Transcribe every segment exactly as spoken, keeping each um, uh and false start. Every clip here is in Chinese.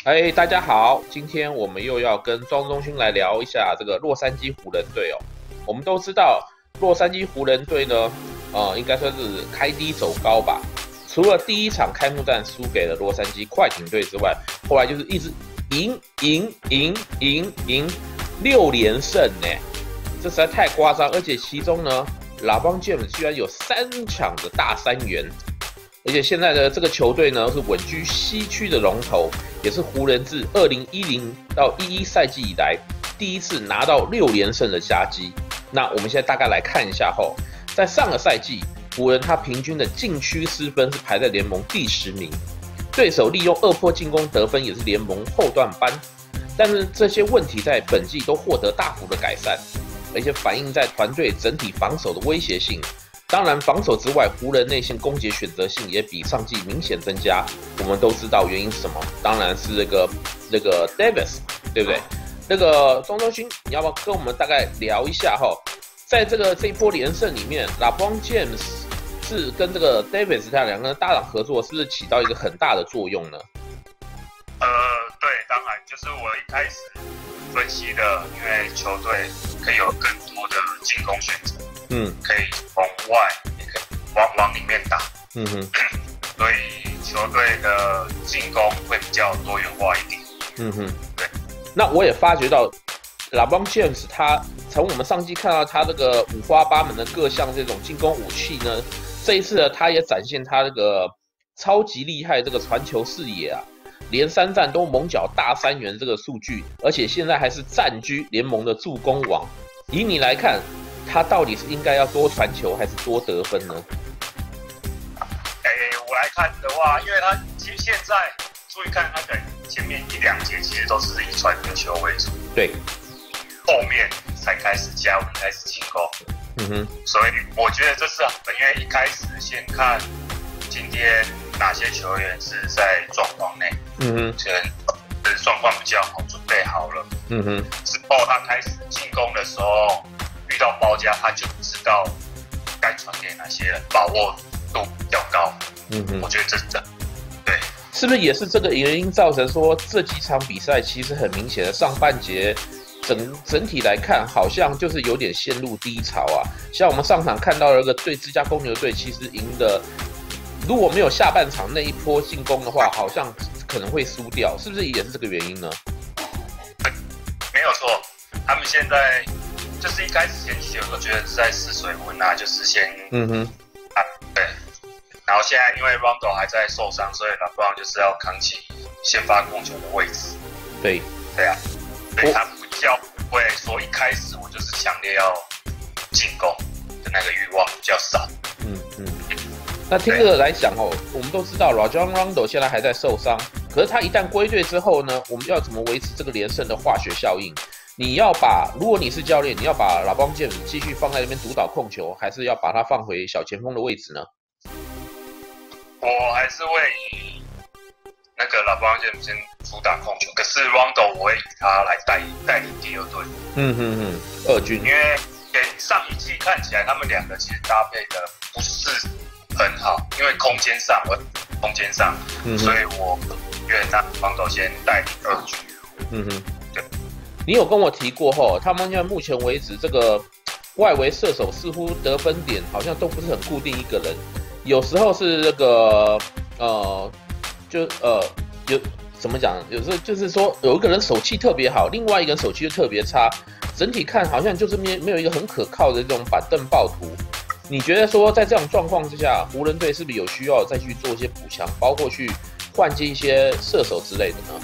哎，大家好，今天我们又要跟庄中勋来聊一下这个洛杉矶湖人队哦。我们都知道，洛杉矶湖人队呢，呃，应该算是开低走高吧。除了第一场开幕战输给了洛杉矶快艇队之外，后来就是一直赢赢赢赢赢六连胜呢，这实在太夸张。而且其中呢，LeBron James居然有三场的大三元。而且现在的这个球队呢是稳居西区的龙头，也是湖人自二零一零到一一赛季以来第一次拿到六连胜的佳绩。那我们现在大概来看一下后，在上个赛季，湖人他平均的禁区失分是排在联盟第十名，对手利用二波进攻得分也是联盟后段班。但是这些问题在本季都获得大幅的改善，而且反映在团队整体防守的威胁性。当然，防守之外，湖人内线攻击选择性也比上季明显增加。我们都知道原因是什么，当然是这个这个 Davis， 对不对？那个庄中勋，你要不要跟我们大概聊一下哈？在这个这一波连胜里面 ，LeBron James 是跟这个 Davis 他两个人搭档合作，是不是起到一个很大的作用呢？ 呃，对，当然就是我一开始分析的，因为球队可以有更多的进攻选择。嗯，可以从外，也可以往往里面打。嗯哼，所以球队的进攻会比较多元化一点。嗯哼，对。 那我也发觉到 ，LeBron James 他从我们上季看到他这个五花八门的各项这种进攻武器呢，这一次呢，他也展现他这个超级厉害这个传球视野啊，连三战都猛缴大三元这个数据，而且现在还是占据联盟的助攻王。以你来看，他到底是应该要多传球还是多得分呢？ 哎、欸，我来看的话，因为他其实现在注意看他的前面一两节其实都是以传球为主， 对， 后面才开始加入开始进攻。嗯哼，所以我觉得这是好的，因为一开始先看今天哪些球员是在状况内，嗯哼，可能状况比较好，准备好了，嗯哼，之后他开始进攻的时候。遇到包夹，他就知道该传给哪些人，把握度比较高。嗯哼，我觉得这是这，对， 是不是也是这个原因造成说这几场比赛其实很明显的上半节整整体来看，好像就是有点陷入低潮啊。像我们上场看到那个对芝加哥公牛队，其实赢的如果没有下半场那一波进攻的话，好像可能会输掉，是不是也是这个原因呢？ 没有错，他们现在。就是一开始前期有时候觉得是在试水温啊，就是先嗯哼啊对，然后现在因为 Rondo 还在受伤，所以 LeBron 就是要扛起先发控球的位置。 对对啊，所以他比较不会说一开始我就是强烈要进攻的那个欲望比较少。嗯嗯。那听着来讲哦，我们都知道 Rajon Rondo 现在还在受伤，可是他一旦归队之后呢，我们要怎么维持这个连胜的化学效应？你要把，如果你是教练，你要把LeBron James继续放在那边主导控球，还是要把他放回小前锋的位置呢？ 我还是会以那个LeBron James先主打控球，可是 Rondo 我会以他来带带领第二队。嗯哼哼，二军。因为上一季看起来他们两个其实搭配的不是很好，因为空间上，空间上，嗯、所以我愿让 Rondo 先带领二军。嗯哼，对。 你有跟我提过后，他们现在目前为止这个外围射手似乎得分点好像都不是很固定一个人，有时候是那个呃，就呃有怎么讲？有时候就是说有一个人手气特别好，另外一个人手气就特别差，整体看好像就是没没有一个很可靠的这种板凳暴徒。你觉得说在这种状况之下，湖人队是不是有需要再去做一些补强，包括去换进一些射手之类的呢？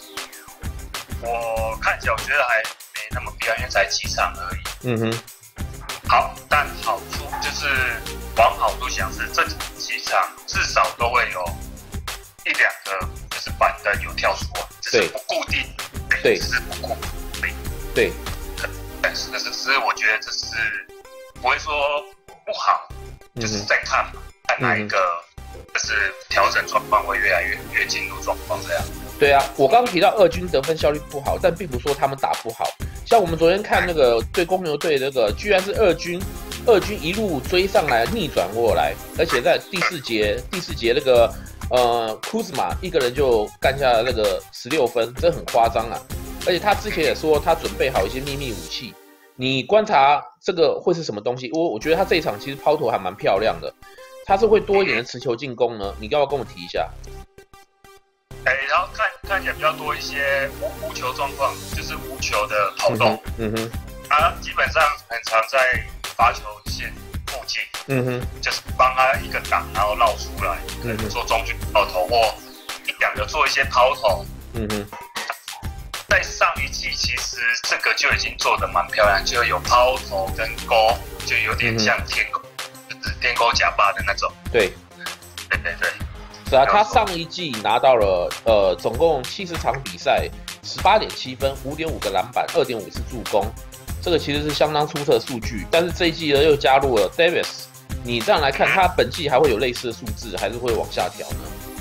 我看起来我觉得还没那么必要，因为才几场而已。嗯哼。好，但好处就是往好处想是这几场至少都会有一两个就是板凳有跳出来，只是不固定， 对， 只是不固定， 对。 但是可是只是我觉得这是不会说不好，就是在看嘛，看哪一个就是调整状况会越来越越进入状况这样。 对啊，我刚刚提到二军得分效率不好，但并不说他们打不好。像我们昨天看那个对公牛队那个，居然是二军，二军一路追上来逆转过来，而且在第四节第四节那个呃，库兹马一个人就干下了那个十六分，这很夸张啊！而且他之前也说他准备好一些秘密武器，你观察这个会是什么东西？我我觉得他这一场其实抛投还蛮漂亮的，他是会多一点的持球进攻呢？你要不要跟我提一下？ 哎、欸，然后看看起来比较多一些无无球状况，就是无球的跑动。嗯哼，他、嗯、基本上很常在罚球线附近，嗯哼，就是帮他一个挡，然后绕出来，可能做中距抛投或一两个做一些抛投。嗯哼，在上一季其实这个就已经做得蛮漂亮，就有抛投跟勾，就有点像天勾，嗯、就是天勾假八的那种。 对， 对对对。 是啊，他上一季拿到了呃总共七十场比赛，十八点七分，五点五个篮板，二点五次助攻，这个其实是相当出色的数据。但是这一季呢又加入了 Davis， 你这样来看，他本季还会有类似的数字，还是会往下调呢？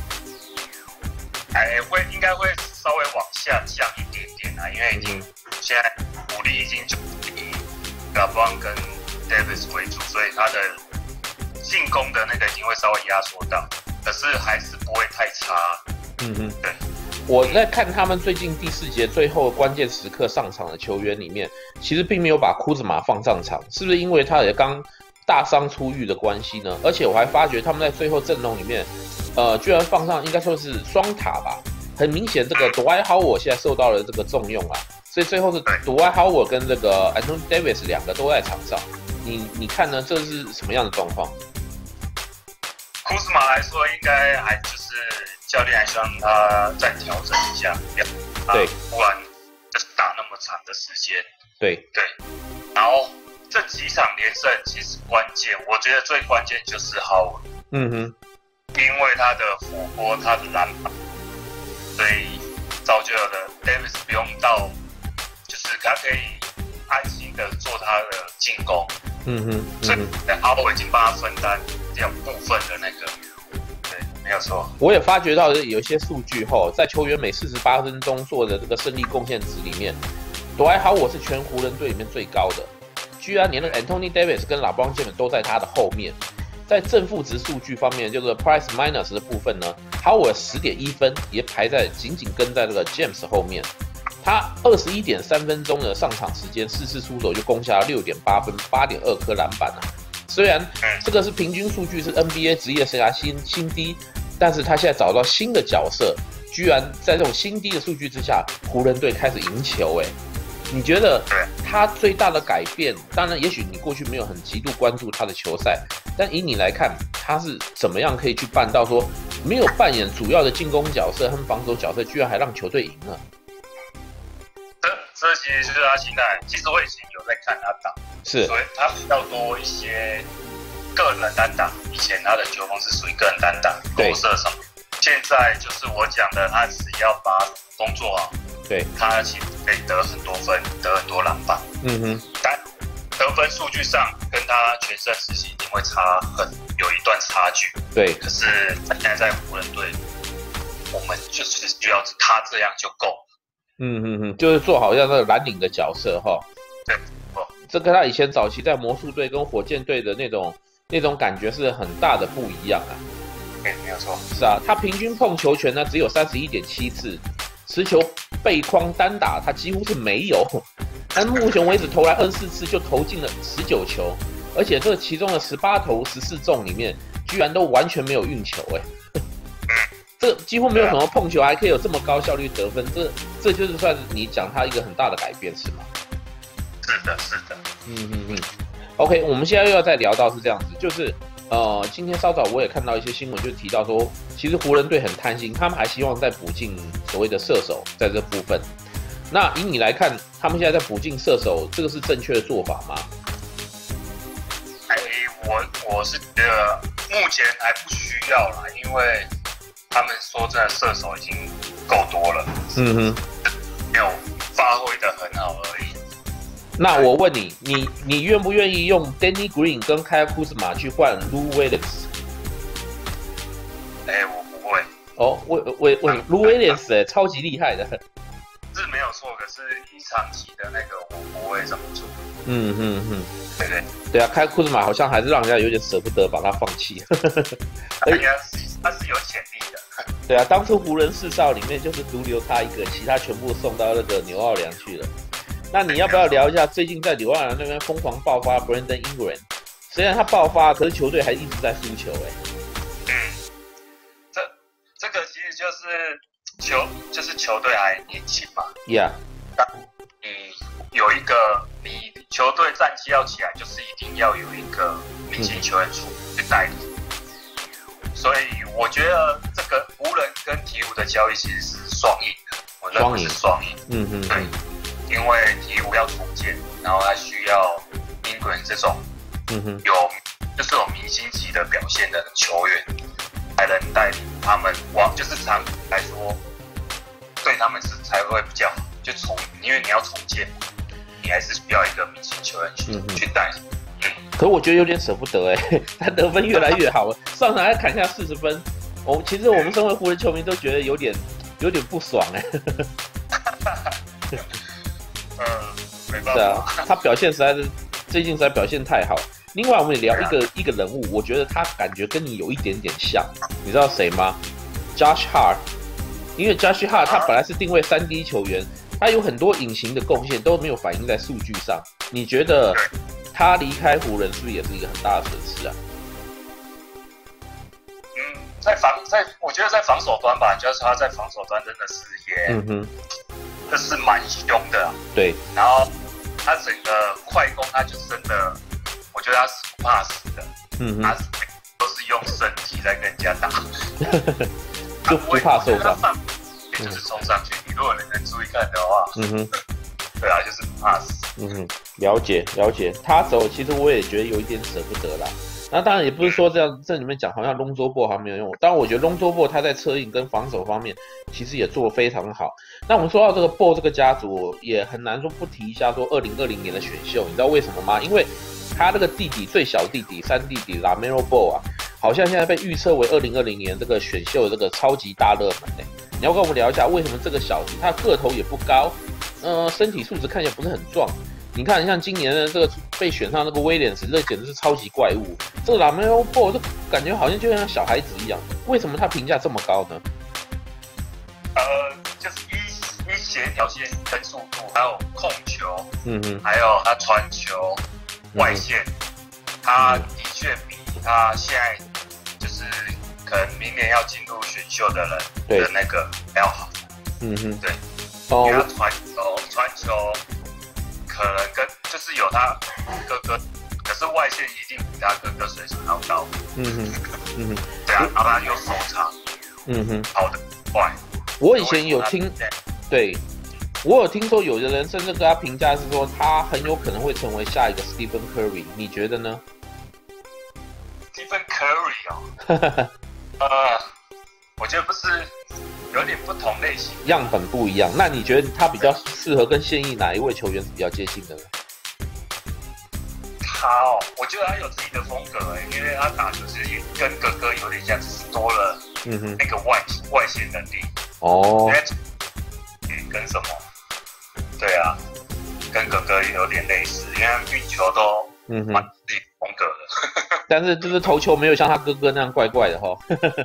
哎，会应该会稍微往下降一点点啊，因为已经、嗯、现在主力已经就以 LeBron 跟 Davis 为主，所以他的进攻的那个已经会稍微压缩到。可是还是不会太差，嗯哼，对。 我在看他们最近第四节最后关键时刻上场的球员里面，其实并没有把库兹马放上场，是不是因为他也刚大伤初愈的关系呢？而且我还发觉他们在最后阵容里面，呃，居然放上应该说是双塔吧，很明显这个 Dwight Howard 现在受到了这个重用啊，所以最后是 Dwight Howard 跟这个 Anthony Davis 两个都在场上，你你看呢？这是什么样的状况？ 库兹马来说，应该还就是教练还希望他再调整一下， 对， 不然就是打那么长的时间。 对对，然后这几场连胜其实关键，我觉得最关键就是Howard，嗯哼，因为他的火锅，他的篮板，所以造就了 Davis 不用到，就是他可以安心的做他的进攻。嗯哼，所以Howard已经帮他分担掉部分的那个，对，没有错。 我也发觉到有一些数据后，在球员每四十八分钟做的这个胜利贡献值里面，Dwight Howard是全湖人队里面最高的，居然连那个 Anthony Davis 跟 LeBron James 都在他的后面。在正负值数据方面，就是 Plus Minus 的部分呢 ，Howard 十点一分也排在紧紧跟在这个 James 后面。他二十一点三分钟的上场时间，四次出手就攻下六点八分，八点二颗篮板啊。虽然这个是平均数据是 N B A 职业生涯新新低，但是他现在找到新的角色，居然在这种新低的数据之下，湖人队开始赢球。哎，你觉得他最大的改变？当然，也许你过去没有很极度关注他的球赛，但以你来看，他是怎么样可以去办到说没有扮演主要的进攻角色和防守角色，居然还让球队赢了？ 这其实就是他现在，其实我以前有在看他打， 是， 所以他比较多一些个人单打。以前他的球风是属于个人单打，投射什么。现在就是我讲的，他只要把工作好， 对， 他其实可以得很多分，得很多篮板。嗯哼，但得分数据上跟他全盛时期一定会差很有一段差距。 对， 可是他现在在湖人队，我们就是需要他这样就够了。 嗯嗯嗯，就是做好像那个蓝领的角色哈。 对，哦， 这跟他以前早期在魔术队跟火箭队的那种那种感觉是很大的不一样啊。 对，没有错。 是啊，他平均碰球权呢只有三十一点七次，持球背框单打他几乎是没有。但目前为止投来二十四次就投进了十九球，而且这其中的十八投十四中里面，居然都完全没有运球哎、欸。这几乎没有什么碰球，还可以有这么高效率得分，这这就是算你讲他一个很大的改变，是吗？ 是的，是的。 嗯嗯嗯。OK， 我们现在又要再聊到是这样子，就是呃，今天稍早我也看到一些新闻，就提到说，其实湖人队很贪心，他们还希望再补进所谓的射手在这部分。那以你来看，他们现在在补进射手，这个是正确的做法吗？ 哎，我我是觉得目前还不需要啦，因为他们说真的射手已经够多了，嗯哼，没有发挥的很好而已。 那我问你，你你愿不愿意用 Danny Green 跟 Kyle Kuzma 去换 Lou Williams？ 哎，我不会。 哦，我我我 Lou Williams 哎，超级厉害的。 是没有错，可是以长期的那个我不会这么做。 嗯哼哼， 对对对啊，开库兹马好像还是让人家有点舍不得把他放弃。 而且他是有潜力的。 对啊，当初湖人四少里面就是独留他一个，其他全部送到那个纽奥良去了。那你要不要聊一下最近在纽奥良那边疯狂爆发 Brandon Ingram？ 虽然他爆发，可是球队还一直在输球哎、欸。 嗯，这这个其实就是球，就是球队还年轻嘛。 Yeah。 你有一个，你球队战绩要起来，就是一定要有一个明星球员出去带领。所以我觉得这个湖人跟鹈鹕的交易其实是双赢的，我认为是双赢。 嗯嗯， 对，因为鹈鹕要重建，然后他需要英格兰这种嗯哼有就是有明星级的表现的球员，才能带领他们往就是长期来说，对他们是才会比较好。就重，因为你要重建，你还是需要一个明星球员去、嗯、去带领。 可我觉得有点舍不得哎、欸，他得分越来越好了，上场还砍下四十分。我们其实我们身为湖人球迷都觉得有点有点不爽哎、欸。 嗯，没办法。 对啊，他表现实在是最近实在表现太好。另外我们也聊一个、啊、一个人物，我觉得他感觉跟你有一点点像，你知道谁吗 ？Josh Hart。因为 Josh Hart 他本来是定位三 D 球员，他有很多隐形的贡献都没有反映在数据上。你觉得他离开湖人是不是也是一个很大的损失啊？ 嗯，在防在，我觉得在防守端吧，就是他在防守端真的是也，嗯哼，就是蛮凶的、啊。 对， 然后他整个快攻，他就真的，我觉得他是不怕死的。嗯哼，他是都是用身体在跟人家打。 就不怕受伤， 也就是冲上去。你如果能注意看的话，嗯哼，对啊，就是不怕死。 嗯哼，了解了解。他走，其实我也觉得有一点舍不得啦。那当然也不是说这样，这里面讲好像 Lonzo Ball 还没有用。当然，我觉得 Lonzo Ball 他在策应跟防守方面其实也做得非常好。那我们说到这个 Ball 这个家族，也很难说不提一下说二零二零年的选秀，你知道为什么吗？因为他这个弟弟最小弟弟三弟弟 LaMelo Ball 啊。好像现在被预测为二零二零年这个选秀的这个超级大热门呢。你要跟我们聊一下为什么这个小子他个头也不高，呃，身体素质看起来不是很壮。你看，像今年的这个被选上那个威廉斯，这简直是超级怪物。这个 LaMelo Ball 就感觉好像就像小孩子一样，为什么他评价这么高呢？ 呃，就是一一协调性跟速度，还有控球，嗯哼，还有他传球、外线，嗯、他的确比他现在。就是可能明年要进入选秀的人的那个还要好，嗯哼，对，哦，他传球传球可能跟就是有他哥哥，可是外线一定比他哥哥水准还要高，嗯哼，嗯哼，对啊，然后他又手长，嗯哼，跑得快。 我以前有听，对，我有听说有的人甚至跟他评价是说他很有可能会成为下一个 Stephen Curry， 你觉得呢 ？Stephen Curry 哦，呃，我觉得不是有点不同类型， 样本不一样。那你觉得他比较适合跟现役哪一位球员是比较接近的呢？ 他哦，我觉得他有自己的风格哎，因为他打球其实跟哥哥有点像，只是多了那个外、嗯、外线能力哦。跟什么？对啊，跟哥哥有点类似，因为运球都蛮自己风格的。 但是就是投球没有像他哥哥那样怪怪的哈。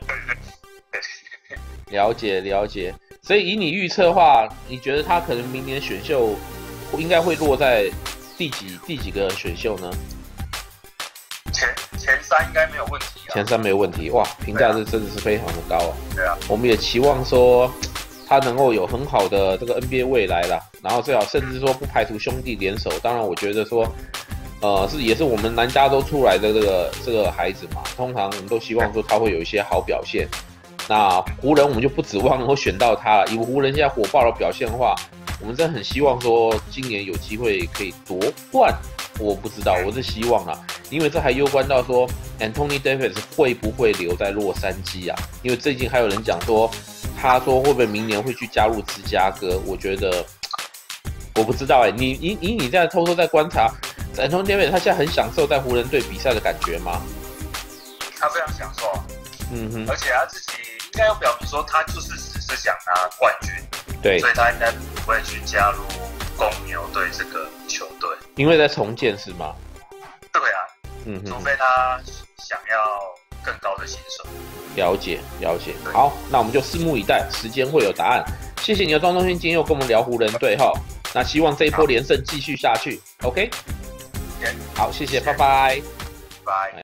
了解了解，所以以你预测的话，你觉得他可能明年选秀应该会落在第几第几个选秀呢？ 前前三应该没有问题、啊。 前三没有问题，哇，评价是真的是非常的高啊。 对啊， 我们也期望说他能够有很好的这个 N B A 未来啦，然后最好甚至说不排除兄弟联手。当然，我觉得说。呃，是也是我们南加州出来的这个这个孩子嘛，通常我们都希望说他会有一些好表现。那湖人我们就不指望能够选到他了，以湖人现在火爆的表现的话，我们真的很希望说今年有机会可以夺冠。我不知道，我是希望啦，因为这还攸关到说 Anthony Davis 会不会留在洛杉矶啊？因为最近还有人讲说，他说会不会明年会去加入芝加哥？我觉得我不知道哎、欸，你你你你在偷偷在观察。Anthony Davis 他现在很享受在湖人队比赛的感觉吗？ 他非常享受啊，嗯哼，而且他自己应该有表明说，他就是只是想拿冠军，对，所以他应该不会去加入公牛队这个球队， 因为在重建是吗？ 对啊，嗯哼，除非他想要更高的薪水。 了解了解，好，那我们就拭目以待，时间会有答案。谢谢你的庄中勋今天又跟我们聊湖人队哈，那希望这一波连胜继续下去。OK， okay. 好，谢谢，拜拜， 拜。